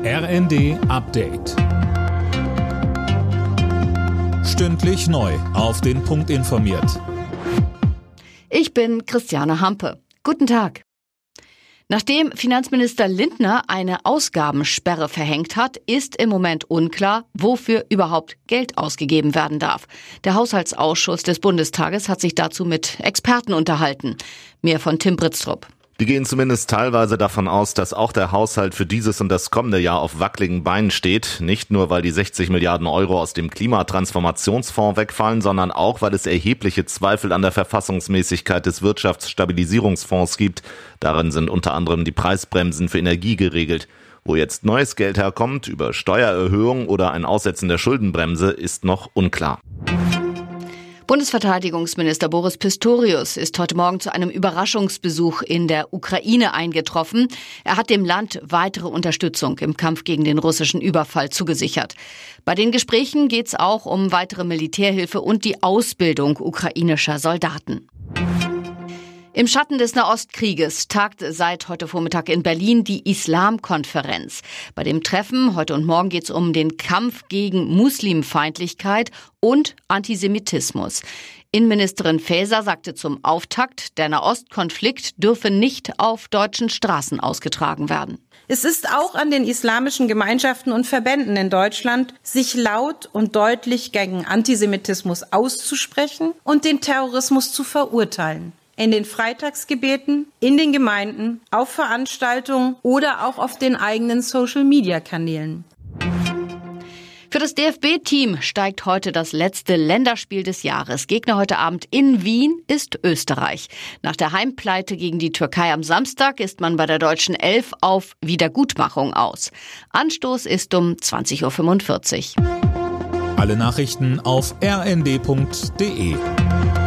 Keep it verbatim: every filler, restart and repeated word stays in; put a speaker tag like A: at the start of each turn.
A: R N D Update. Stündlich neu auf den Punkt informiert.
B: Ich bin Christiane Hampe. Guten Tag. Nachdem Finanzminister Lindner eine Ausgabensperre verhängt hat, ist im Moment unklar, wofür überhaupt Geld ausgegeben werden darf. Der Haushaltsausschuss des Bundestages hat sich dazu mit Experten unterhalten. Mehr von Tim Britztrup.
C: Die gehen zumindest teilweise davon aus, dass auch der Haushalt für dieses und das kommende Jahr auf wackeligen Beinen steht. Nicht nur, weil die sechzig Milliarden Euro aus dem Klimatransformationsfonds wegfallen, sondern auch, weil es erhebliche Zweifel an der Verfassungsmäßigkeit des Wirtschaftsstabilisierungsfonds gibt. Darin sind unter anderem die Preisbremsen für Energie geregelt. Wo jetzt neues Geld herkommt, über Steuererhöhung oder ein Aussetzen der Schuldenbremse, ist noch unklar.
B: Bundesverteidigungsminister Boris Pistorius ist heute Morgen zu einem Überraschungsbesuch in der Ukraine eingetroffen. Er hat dem Land weitere Unterstützung im Kampf gegen den russischen Überfall zugesichert. Bei den Gesprächen geht es auch um weitere Militärhilfe und die Ausbildung ukrainischer Soldaten. Im Schatten des Nahostkrieges tagt seit heute Vormittag in Berlin die Islamkonferenz. Bei dem Treffen heute und morgen geht es um den Kampf gegen Muslimfeindlichkeit und Antisemitismus. Innenministerin Faeser sagte zum Auftakt, der Nahostkonflikt dürfe nicht auf deutschen Straßen ausgetragen werden.
D: Es ist auch an den islamischen Gemeinschaften und Verbänden in Deutschland, sich laut und deutlich gegen Antisemitismus auszusprechen und den Terrorismus zu verurteilen. In den Freitagsgebeten, in den Gemeinden, auf Veranstaltungen oder auch auf den eigenen Social-Media-Kanälen.
B: Für das D F B-Team steigt heute das letzte Länderspiel des Jahres. Gegner heute Abend in Wien ist Österreich. Nach der Heimpleite gegen die Türkei am Samstag ist man bei der deutschen Elf auf Wiedergutmachung aus. Anstoß ist um zwanzig Uhr fünfundvierzig.
A: Alle Nachrichten auf r n d punkt d e.